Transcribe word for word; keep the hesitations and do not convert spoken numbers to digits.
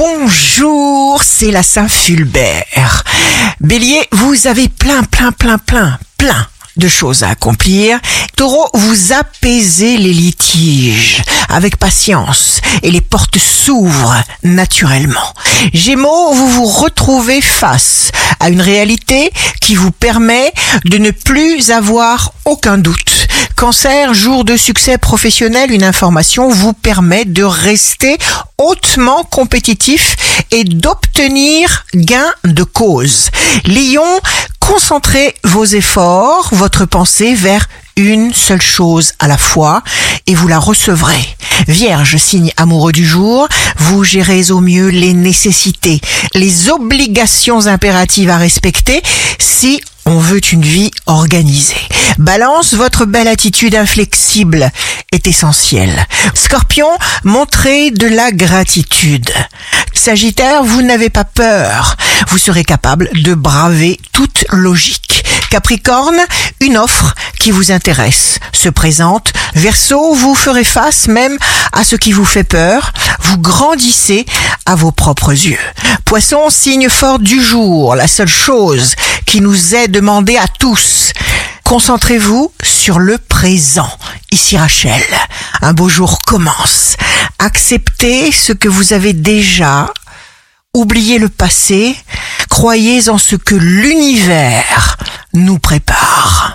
Bonjour, c'est la Saint-Fulbert. Bélier, vous avez plein, plein, plein, plein, plein de choses à accomplir. Taureau, vous apaisez les litiges avec patience et les portes s'ouvrent naturellement. Gémeaux, vous vous retrouvez face à une réalité qui vous permet de ne plus avoir aucun doute. Cancer, jour de succès professionnel, une information vous permet de rester hautement compétitif et d'obtenir gain de cause. Lion, concentrez vos efforts, votre pensée vers une seule chose à la fois et vous la recevrez. Vierge, signe amoureux du jour, vous gérez au mieux les nécessités, les obligations impératives à respecter si on veut une vie organisée. Balance, votre belle attitude inflexible est essentielle. Scorpion, montrez de la gratitude. Sagittaire, vous n'avez pas peur. Vous serez capable de braver toute logique. Capricorne, une offre qui vous intéresse se présente. Verseau, vous ferez face même à ce qui vous fait peur. Vous grandissez à vos propres yeux. Poisson, signe fort du jour, la seule chose qui nous est demandée à tous. Concentrez-vous sur le présent. Ici Rachel, un beau jour commence. Acceptez ce que vous avez déjà. Oubliez le passé. Croyez en ce que l'univers nous prépare.